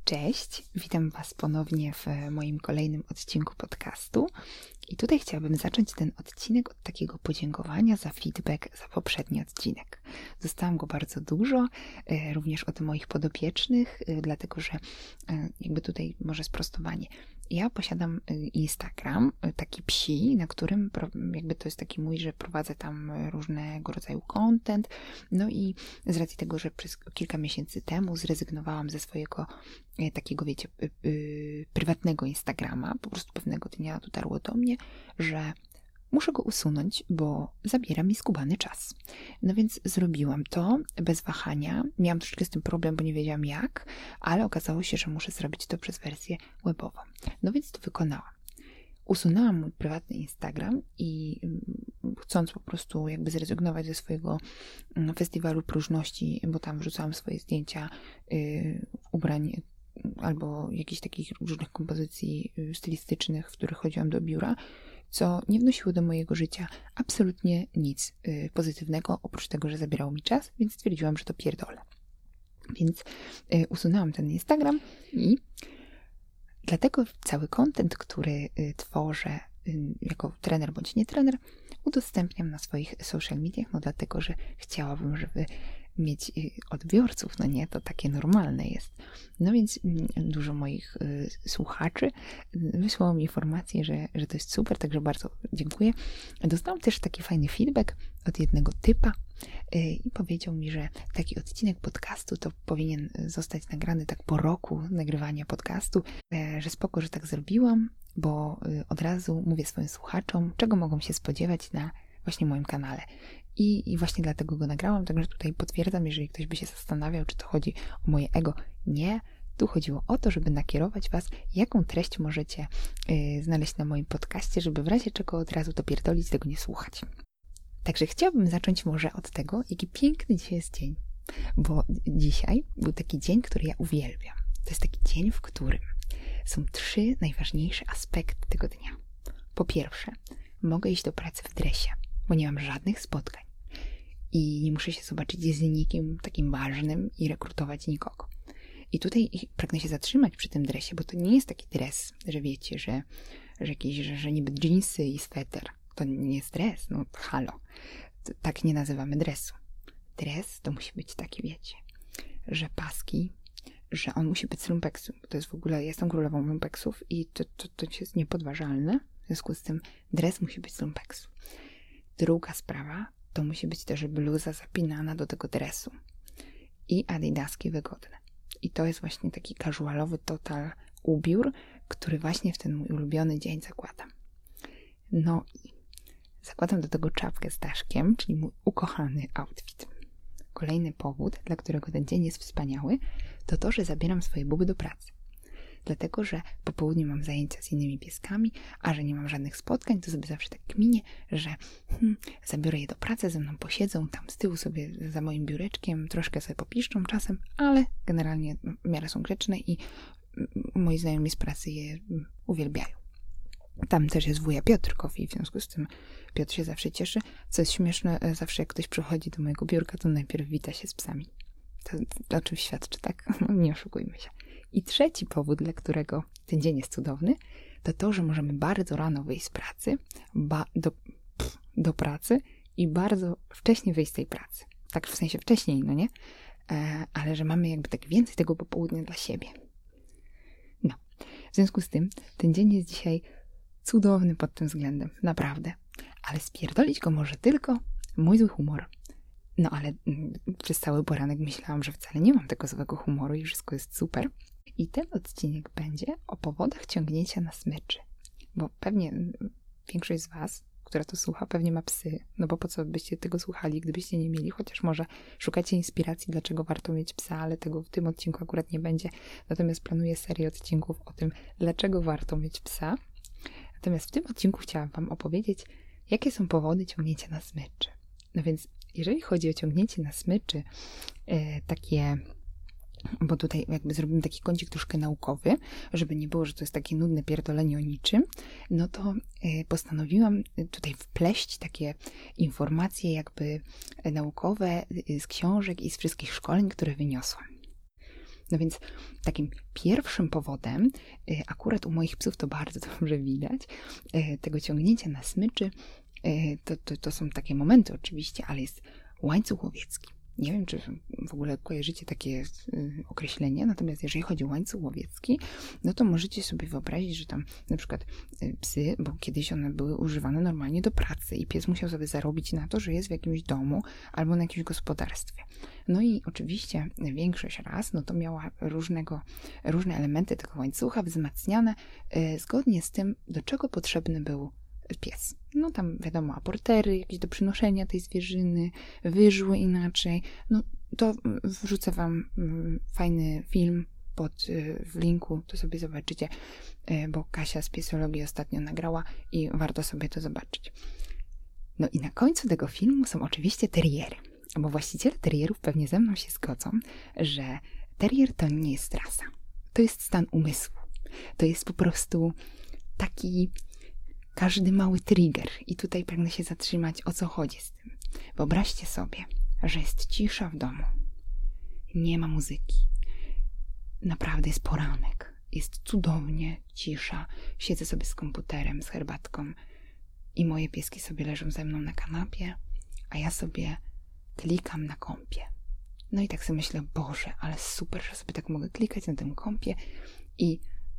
Cześć, witam Was ponownie w moim kolejnym odcinku podcastu i tutaj chciałabym zacząć ten odcinek od takiego podziękowania za feedback za poprzedni odcinek. Dostałam go bardzo dużo, również od moich podopiecznych, dlatego że jakby tutaj może sprostowanie. Ja posiadam Instagram, taki psi, na którym jakby to jest taki mój, że prowadzę tam różnego rodzaju content. No i z racji tego, że przez kilka miesięcy temu zrezygnowałam ze swojego takiego, wiecie, prywatnego Instagrama, po prostu pewnego dnia dotarło do mnie, że muszę go usunąć, bo zabiera mi skubany czas. No więc zrobiłam to bez wahania. Miałam troszkę z tym problem, bo nie wiedziałam jak, ale okazało się, że muszę zrobić to przez wersję webową. No więc to wykonałam. Usunęłam mój prywatny Instagram i chcąc po prostu jakby zrezygnować ze swojego festiwalu próżności, bo tam wrzucałam swoje zdjęcia ubrań albo jakichś takich różnych kompozycji stylistycznych, w których chodziłam do biura, co nie wnosiło do mojego życia absolutnie nic pozytywnego, oprócz tego, że zabierało mi czas, więc stwierdziłam, że to pierdolę. Więc usunęłam ten Instagram i dlatego cały content, który tworzę jako trener bądź nie trener, udostępniam na swoich social mediach, no dlatego, że chciałabym, żeby mieć odbiorców, no nie, to takie normalne jest. No więc dużo moich słuchaczy wysłało mi informację, że to jest super, także bardzo dziękuję. Dostałam też taki fajny feedback od jednego typa i powiedział mi, że taki odcinek podcastu to powinien zostać nagrany tak po roku nagrywania podcastu, że spoko, że tak zrobiłam, bo od razu mówię swoim słuchaczom, czego mogą się spodziewać na właśnie moim kanale. I właśnie dlatego go nagrałam, także tutaj potwierdzam, jeżeli ktoś by się zastanawiał, czy to chodzi o moje ego. Nie, tu chodziło o to, żeby nakierować Was, jaką treść możecie znaleźć na moim podcaście, żeby w razie czego od razu to pierdolić, tego nie słuchać. Także chciałabym zacząć może od tego, jaki piękny dzisiaj jest dzień, bo dzisiaj był taki dzień, który ja uwielbiam. To jest taki dzień, w którym są 3 najważniejsze aspekty tego dnia. Po pierwsze, mogę iść do pracy w dresie, bo nie mam żadnych spotkań i nie muszę się zobaczyć z nikim takim ważnym i rekrutować nikogo. I tutaj pragnę się zatrzymać przy tym dresie, bo to nie jest taki dres, że wiecie, że niby dżinsy i sweter. To nie jest dres, no halo. Tak nie nazywamy dresu. Dres to musi być taki, wiecie, że paski, że on musi być z lumpeksu. To jest w ogóle, ja jestem królową lumpeksów i to jest niepodważalne. W związku z tym dres musi być z lumpeksu. Druga sprawa, to musi być też bluza zapinana do tego dresu. I adidaski wygodne. I to jest właśnie taki casualowy total ubiór, który właśnie w ten mój ulubiony dzień zakładam. No i zakładam do tego czapkę z daszkiem, czyli mój ukochany outfit. Kolejny powód, dla którego ten dzień jest wspaniały, to to, że zabieram swoje buby do pracy. Dlatego, że po południu mam zajęcia z innymi pieskami, a że nie mam żadnych spotkań, to sobie zawsze tak kminię, że zabiorę je do pracy, ze mną posiedzą tam z tyłu sobie za moim biureczkiem, troszkę sobie popiszczą czasem, ale generalnie w miarę są grzeczne i moi znajomi z pracy je uwielbiają. Tam też jest wuja Piotrkow i w związku z tym Piotr się zawsze cieszy. Co jest śmieszne, zawsze jak ktoś przychodzi do mojego biurka, to najpierw wita się z psami. To o czym świadczy, tak? Nie oszukujmy się. I trzeci powód, dla którego ten dzień jest cudowny, to to, że możemy bardzo rano wyjść z pracy, do pracy i bardzo wcześnie wyjść z tej pracy. Tak w sensie wcześniej, no nie? Ale że mamy jakby tak więcej tego popołudnia dla siebie. No. W związku z tym ten dzień jest dzisiaj cudowny pod tym względem. Naprawdę. Ale spierdolić go może tylko mój zły humor. No ale przez cały poranek myślałam, że wcale nie mam tego złego humoru i wszystko jest super. I ten odcinek będzie o powodach ciągnięcia na smyczy. Bo pewnie większość z Was, która to słucha, pewnie ma psy. No bo po co byście tego słuchali, gdybyście nie mieli? Chociaż może szukacie inspiracji, dlaczego warto mieć psa, ale tego w tym odcinku akurat nie będzie. Natomiast planuję serię odcinków o tym, dlaczego warto mieć psa. Natomiast w tym odcinku chciałam Wam opowiedzieć, jakie są powody ciągnięcia na smyczy. No więc jeżeli chodzi o ciągnięcie na smyczy, takie, bo tutaj jakby zrobimy taki kącik troszkę naukowy, żeby nie było, że to jest takie nudne pierdolenie o niczym, no to postanowiłam tutaj wpleść takie informacje jakby naukowe z książek i z wszystkich szkoleń, które wyniosłam. No więc takim pierwszym powodem, akurat u moich psów to bardzo dobrze widać, tego ciągnięcia na smyczy, to są takie momenty oczywiście, ale jest łańcuch łowiecki. Nie wiem, czy w ogóle kojarzycie takie określenie, natomiast jeżeli chodzi o łańcuch łowiecki, no to możecie sobie wyobrazić, że tam na przykład psy, bo kiedyś one były używane normalnie do pracy i pies musiał sobie zarobić na to, że jest w jakimś domu albo na jakimś gospodarstwie. No i oczywiście większość raz, no to miała różne elementy tego łańcucha wzmacniane zgodnie z tym, do czego potrzebny był pies. No tam wiadomo, aportery, jakieś do przynoszenia tej zwierzyny, wyżły inaczej. No to wrzucę wam fajny film w linku, to sobie zobaczycie, bo Kasia z piesiologii ostatnio nagrała i warto sobie to zobaczyć. No i na końcu tego filmu są oczywiście teriery, bo właściciele terierów pewnie ze mną się zgodzą, że terier to nie jest rasa. To jest stan umysłu. To jest po prostu taki każdy mały trigger. I tutaj pragnę się zatrzymać, o co chodzi z tym. Wyobraźcie sobie, że jest cisza w domu. Nie ma muzyki. Naprawdę jest poranek. Jest cudownie, cisza. Siedzę sobie z komputerem, z herbatką i moje pieski sobie leżą ze mną na kanapie, a ja sobie klikam na kompie. No i tak sobie myślę, Boże, ale super, że sobie tak mogę klikać na tym kompie i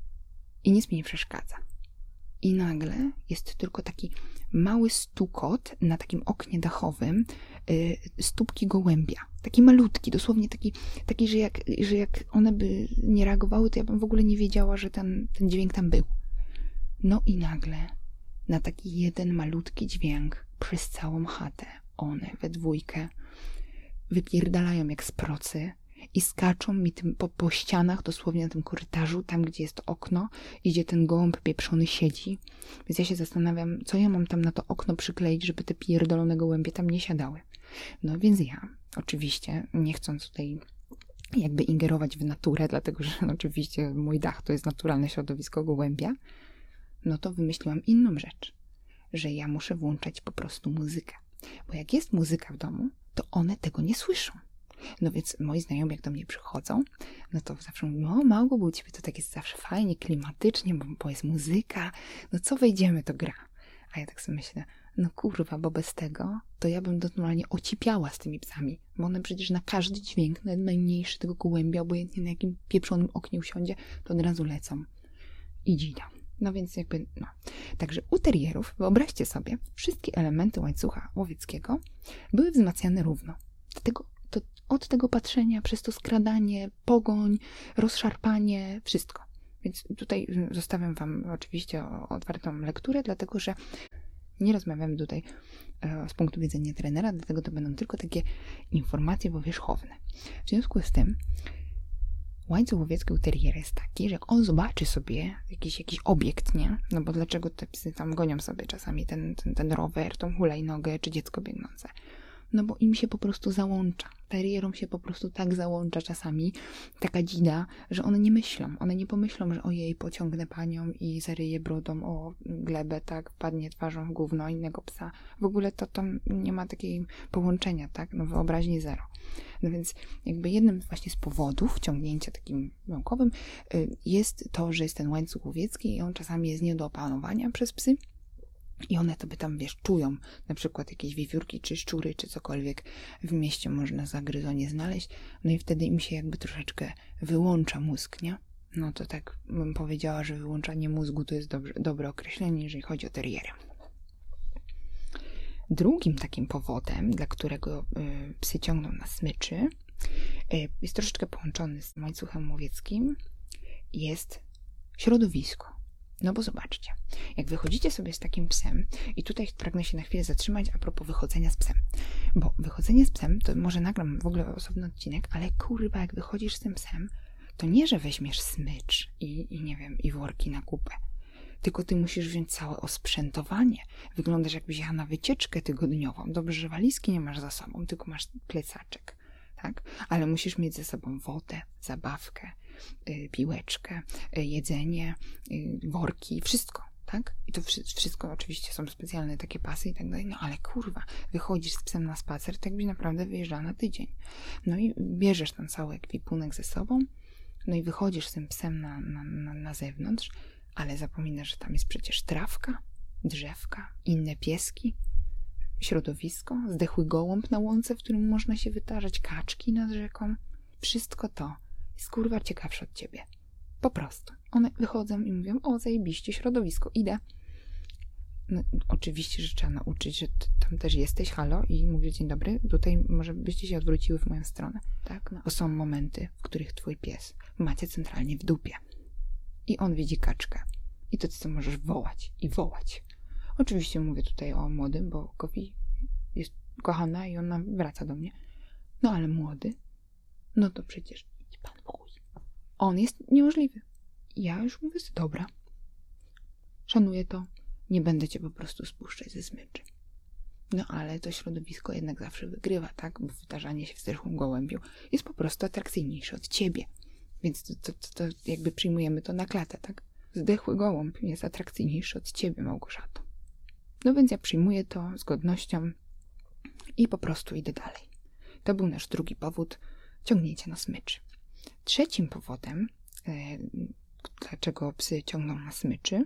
nic mi nie przeszkadza. I nagle jest tylko taki mały stukot na takim oknie dachowym stópki gołębia. Taki malutki, dosłownie taki że jak one by nie reagowały, to ja bym w ogóle nie wiedziała, że ten dźwięk tam był. No i nagle na taki jeden malutki dźwięk przez całą chatę one we dwójkę wypierdalają jak z procy i skaczą mi tym po ścianach, dosłownie na tym korytarzu, tam gdzie jest okno i gdzie ten gołąb pieprzony siedzi. Więc ja się zastanawiam, co ja mam tam na to okno przykleić, żeby te pierdolone gołębie tam nie siadały. No więc ja, oczywiście, nie chcąc tutaj jakby ingerować w naturę, dlatego że oczywiście mój dach to jest naturalne środowisko gołębia, no to wymyśliłam inną rzecz, że ja muszę włączać po prostu muzykę. Bo jak jest muzyka w domu, to one tego nie słyszą. No więc moi znajomi, jak do mnie przychodzą, no to zawsze mówią, o Małgo, bo u ciebie to tak jest zawsze fajnie, klimatycznie, bo jest muzyka, no co wejdziemy, to gra. A ja tak sobie myślę, no kurwa, bo bez tego to ja bym normalnie ocipiała z tymi psami, bo one przecież na każdy dźwięk, nawet najmniejszy tego gołębia, obojętnie na jakim pieprzonym oknie usiądzie, to od razu lecą. I dzida. No więc jakby, no. Także u terierów, wyobraźcie sobie, wszystkie elementy łańcucha łowieckiego były wzmacniane równo. Dlatego od tego patrzenia, przez to skradanie, pogoń, rozszarpanie, wszystko. Więc tutaj zostawiam wam oczywiście otwartą lekturę, dlatego że nie rozmawiamy tutaj z punktu widzenia trenera, dlatego to będą tylko takie informacje powierzchowne. W związku z tym łańcuch łowiecki u teriera jest taki, że jak on zobaczy sobie jakiś obiekt, nie? No bo dlaczego te psy tam gonią sobie czasami ten rower, tą hulajnogę, czy dziecko biegnące? No bo im się po prostu załącza. Terierom się po prostu tak załącza czasami taka dzida, że one nie myślą. One nie pomyślą, że ojej, pociągnę panią i zaryję brodą o glebę, tak, wpadnie twarzą w gówno innego psa. W ogóle to tam nie ma takiego połączenia, tak, no wyobraźni zero. No więc jakby jednym właśnie z powodów ciągnięcia takim naukowym jest to, że jest ten łańcuch łowiecki i on czasami jest nie do opanowania przez psy. I one to by tam, wiesz, czują na przykład jakieś wiewiórki, czy szczury, czy cokolwiek w mieście można zagryzonie znaleźć. No i wtedy im się jakby troszeczkę wyłącza mózg, nie? No to tak bym powiedziała, że wyłączanie mózgu to jest dobre określenie, jeżeli chodzi o teriery. Drugim takim powodem, dla którego psy ciągną na smyczy, jest troszeczkę połączony z łańcuchem łowieckim, jest środowisko. No bo zobaczcie, jak wychodzicie sobie z takim psem, i tutaj pragnę się na chwilę zatrzymać a propos wychodzenia z psem, bo wychodzenie z psem, to może nagram w ogóle osobny odcinek, ale kurwa, jak wychodzisz z tym psem, to nie, że weźmiesz smycz i nie wiem, i worki na kupę, tylko ty musisz wziąć całe osprzętowanie. Wyglądasz jakbyś jechała na wycieczkę tygodniową. Dobrze, że walizki nie masz za sobą, tylko masz plecaczek, tak? Ale musisz mieć ze sobą wodę, zabawkę, piłeczkę, jedzenie, worki, wszystko, tak? I to wszystko oczywiście są specjalne takie pasy i tak dalej, no ale kurwa, wychodzisz z psem na spacer, tak byś naprawdę wyjeżdżała na tydzień. No i bierzesz ten cały ekwipunek ze sobą No i wychodzisz z tym psem na zewnątrz, ale zapominasz, że tam jest przecież trawka, drzewka, inne pieski, środowisko, zdechły gołąb na łące, w którym można się wytarzać, kaczki nad rzeką. Wszystko to jest kurwa ciekawsze od ciebie. Po prostu. One wychodzą i mówią, o zajebiście, środowisko, idę. No, oczywiście, że trzeba nauczyć, że tam też jesteś, halo, i mówię, dzień dobry, tutaj może byście się odwróciły w moją stronę. Tak? No. Bo są momenty, w których twój pies macie centralnie w dupie. I on widzi kaczkę. I to ty możesz wołać i wołać. Oczywiście mówię tutaj o młodym, bo Kofi jest kochana i ona wraca do mnie. No ale młody, no to przecież idź pan w chuj. On jest niemożliwy. Ja już mówię, dobra. Szanuję to. Nie będę cię po prostu spuszczać ze smyczy. No ale to środowisko jednak zawsze wygrywa, tak? Bo wytarzanie się w zdechłym gołębiu jest po prostu atrakcyjniejsze od ciebie. Więc to jakby przyjmujemy to na klatę, tak? Zdechły gołąb jest atrakcyjniejszy od ciebie, Małgorzato. No więc ja przyjmuję to z godnością i po prostu idę dalej. To był nasz drugi powód, ciągnięcie na smyczy. Trzecim powodem, dlaczego psy ciągną na smyczy,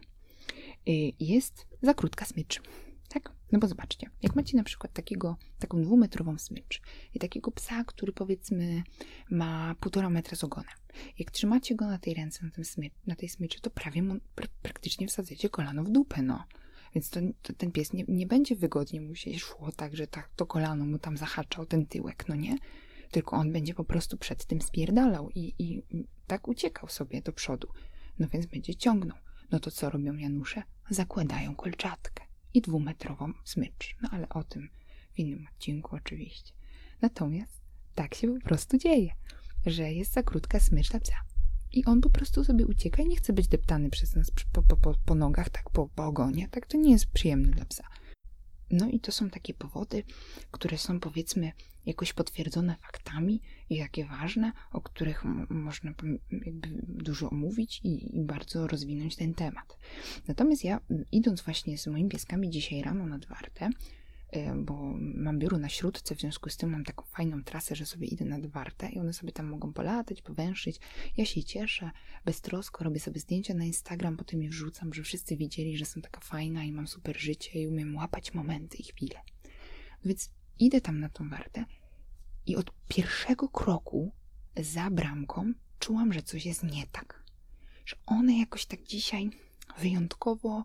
jest za krótka smycz. Tak? No bo zobaczcie, jak macie na przykład taką 2-metrową smycz i takiego psa, który powiedzmy ma 1,5 metra z ogonem. Jak trzymacie go na tej ręce, na tej smyczy, to prawie praktycznie wsadzacie kolano w dupę, no. Więc to ten pies nie będzie wygodnie mu się szło tak, że to kolano mu tam zahaczał ten tyłek, no nie? Tylko on będzie po prostu przed tym spierdalał i tak uciekał sobie do przodu. No więc będzie ciągnął. No to co robią Janusze? Zakładają kolczatkę i 2-metrową smycz. No ale o tym w innym odcinku oczywiście. Natomiast tak się po prostu dzieje, że jest za krótka smycz dla psa. I on po prostu sobie ucieka i nie chce być deptany przez nas po nogach, tak po ogonie. Tak to nie jest przyjemne dla psa. No i to są takie powody, które są powiedzmy jakoś potwierdzone faktami i takie ważne, o których można jakby dużo mówić i bardzo rozwinąć ten temat. Natomiast ja, idąc właśnie z moimi pieskami dzisiaj rano nad Wartę, bo mam biuro na Śródce, w związku z tym mam taką fajną trasę, że sobie idę nad Wartę i one sobie tam mogą polatać, powęszyć. Ja się cieszę, beztrosko, robię sobie zdjęcia na Instagram, potem je wrzucam, że wszyscy widzieli, że jestem taka fajna i mam super życie i umiem łapać momenty i chwile. Więc idę tam na tą Wartę i od pierwszego kroku za bramką czułam, że coś jest nie tak. Że one jakoś tak dzisiaj wyjątkowo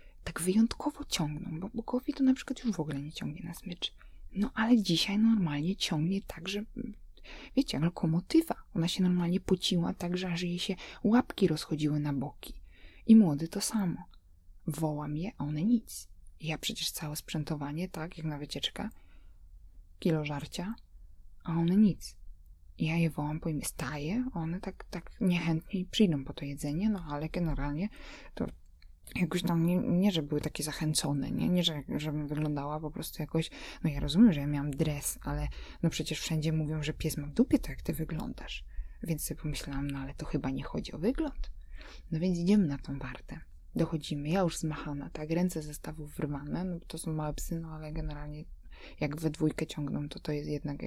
ciągną, bo Kofi to na przykład już w ogóle nie ciągnie na smycz. No ale dzisiaj normalnie ciągnie tak, że wiecie, jak lokomotywa. Ona się normalnie pociła tak, że aż jej się łapki rozchodziły na boki. I młody to samo. Wołam je, a one nic. I ja przecież całe sprzętowanie, tak, jak na wycieczkę, kilo żarcia, a one nic. I ja je wołam po imię, staję, one tak niechętnie przyjdą po to jedzenie, no ale generalnie to jakoś tam nie że były takie zachęcone, nie żebym wyglądała po prostu jakoś, no ja rozumiem, że ja miałam dres, ale no przecież wszędzie mówią, że pies ma w dupie to, jak ty wyglądasz. Więc sobie pomyślałam, no ale to chyba nie chodzi o wygląd. No więc idziemy na tą Wartę. Dochodzimy, ja już zmachana, tak, ręce ze stawów wyrwane, no to są małe psy, no ale generalnie jak we dwójkę ciągną, to jest jednak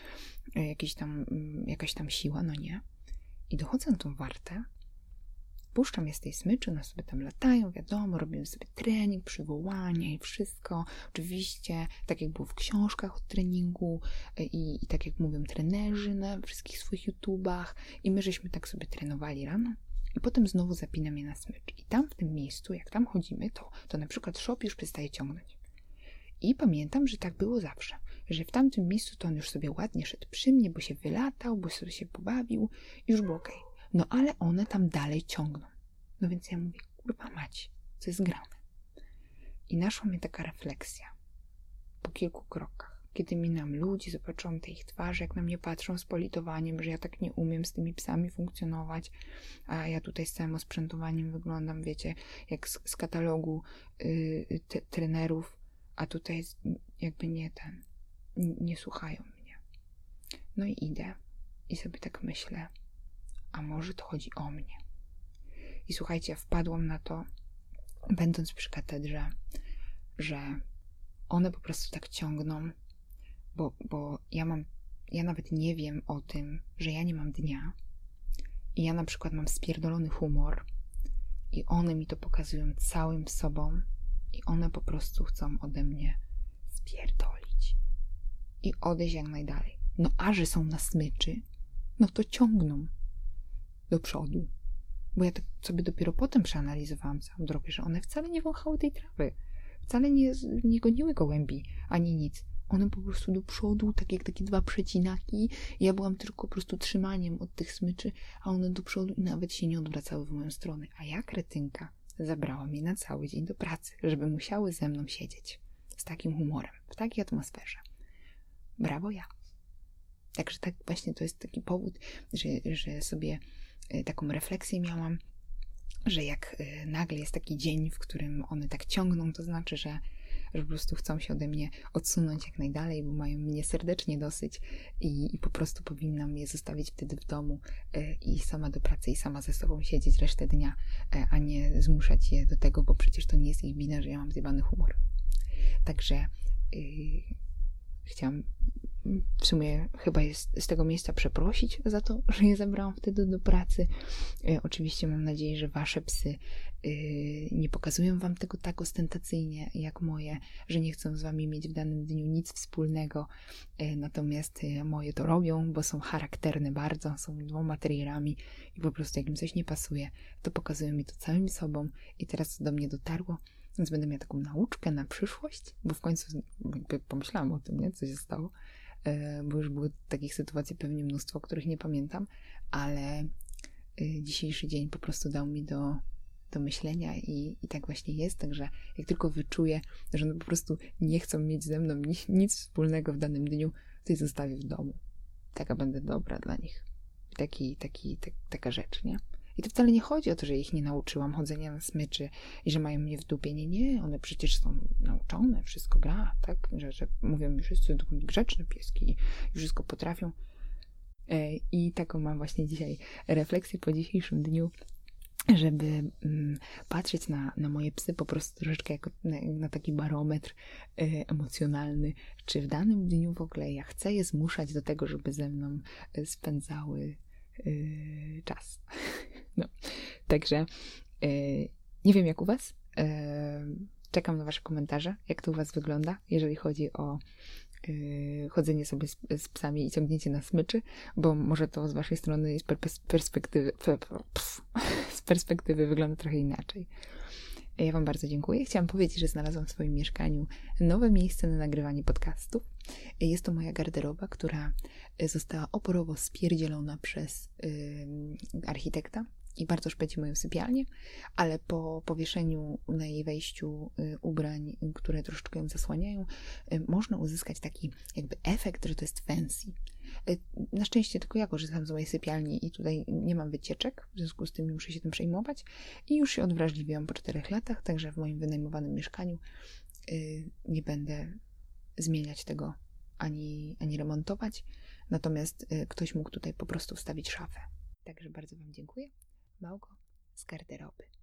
jakaś tam siła, no nie. I dochodzę na tą Wartę, puszczam je z tej smyczy, one sobie tam latają, wiadomo, robimy sobie trening, przywołania i wszystko. Oczywiście, tak jak było w książkach o treningu i tak jak mówią trenerzy na wszystkich swoich YouTubach. I my żeśmy tak sobie trenowali rano i potem znowu zapinam je na smycz. I tam w tym miejscu, jak tam chodzimy, to na przykład szop już przestaje ciągnąć. I pamiętam, że tak było zawsze, że w tamtym miejscu to on już sobie ładnie szedł przy mnie, bo się wylatał, bo sobie się pobawił i już było okej. No ale one tam dalej ciągną. No więc ja mówię, kurwa mać, co jest grane? I naszła mnie taka refleksja po kilku krokach. Kiedy minam ludzi, zobaczyłam te ich twarze, jak na mnie patrzą z politowaniem, że ja tak nie umiem z tymi psami funkcjonować, a ja tutaj z całym osprzętowaniem wyglądam, wiecie, jak z katalogu trenerów, a tutaj jakby nie słuchają mnie. No i idę i sobie tak myślę, a może to chodzi o mnie. I słuchajcie, ja wpadłam na to, będąc przy katedrze, że one po prostu tak ciągną, bo ja nawet nie wiem o tym, że ja nie mam dnia I ja na przykład mam spierdolony humor i one mi to pokazują całym sobą i one po prostu chcą ode mnie spierdolić i odejść jak najdalej. No a że są na smyczy, no to ciągną do przodu. Bo ja tak sobie dopiero potem przeanalizowałam całą drogę, że one wcale nie wąchały tej trawy. Wcale nie goniły gołębi, ani nic. One po prostu do przodu, tak jak takie dwa przecinaki. Ja byłam tylko po prostu trzymaniem od tych smyczy, a one do przodu i nawet się nie odwracały w moją stronę. A ja, kretynka, zabrałam je na cały dzień do pracy, żeby musiały ze mną siedzieć. Z takim humorem, w takiej atmosferze. Brawo ja. Także tak właśnie to jest taki powód, że sobie taką refleksję miałam, że jak nagle jest taki dzień, w którym one tak ciągną, to znaczy, że po prostu chcą się ode mnie odsunąć jak najdalej, bo mają mnie serdecznie dosyć i po prostu powinnam je zostawić wtedy w domu i sama do pracy i sama ze sobą siedzieć resztę dnia, a nie zmuszać je do tego, bo przecież to nie jest ich wina, że ja mam zjebany humor. Także chciałam w sumie chyba z tego miejsca przeprosić za to, że je zabrałam wtedy do pracy. Oczywiście mam nadzieję, że wasze psy nie pokazują wam tego tak ostentacyjnie jak moje, że nie chcą z wami mieć w danym dniu nic wspólnego. Natomiast moje to robią, bo są charakterne bardzo, są dwoma terrierami i po prostu jak im coś nie pasuje, to pokazują mi to całym sobą i teraz to do mnie dotarło. Więc będę miała taką nauczkę na przyszłość, bo w końcu jakby pomyślałam o tym, nie? Co się stało, bo już były takich sytuacji pewnie mnóstwo, których nie pamiętam, ale dzisiejszy dzień po prostu dał mi do myślenia i tak właśnie jest, także jak tylko wyczuję, że one po prostu nie chcą mieć ze mną nic wspólnego w danym dniu, to je zostawię w domu. Taka będę dobra dla nich. Taka rzecz, nie? I to wcale nie chodzi o to, że ich nie nauczyłam chodzenia na smyczy i że mają mnie w dupie. Nie, one przecież są nauczone, wszystko gra, tak? Że mówią mi wszyscy grzeczne pieski i wszystko potrafią. I taką mam właśnie dzisiaj refleksję po dzisiejszym dniu, żeby patrzeć na moje psy po prostu troszeczkę jako na taki barometr emocjonalny, czy w danym dniu w ogóle ja chcę je zmuszać do tego, żeby ze mną spędzały czas. No. Także nie wiem jak u was. Czekam na wasze komentarze, jak to u was wygląda, jeżeli chodzi o chodzenie sobie z psami i ciągnięcie na smyczy, bo może to z waszej strony z perspektywy wygląda trochę inaczej. Ja wam bardzo dziękuję. Chciałam powiedzieć, że znalazłam w swoim mieszkaniu nowe miejsce na nagrywanie podcastów. Jest to moja garderoba, która została oporowo spierdzielona przez architekta i bardzo szpeci moją sypialnię, ale po powieszeniu na jej wejściu ubrań, które troszeczkę ją zasłaniają, można uzyskać taki jakby efekt, że to jest fancy. Na szczęście tylko ja korzystam z mojej sypialni i tutaj nie mam wycieczek, w związku z tym nie muszę się tym przejmować i już się odwrażliwiłam po 4 latach, także w moim wynajmowanym mieszkaniu nie będę zmieniać tego ani remontować, natomiast ktoś mógł tutaj po prostu wstawić szafę. Także bardzo wam dziękuję. Małgo z garderoby.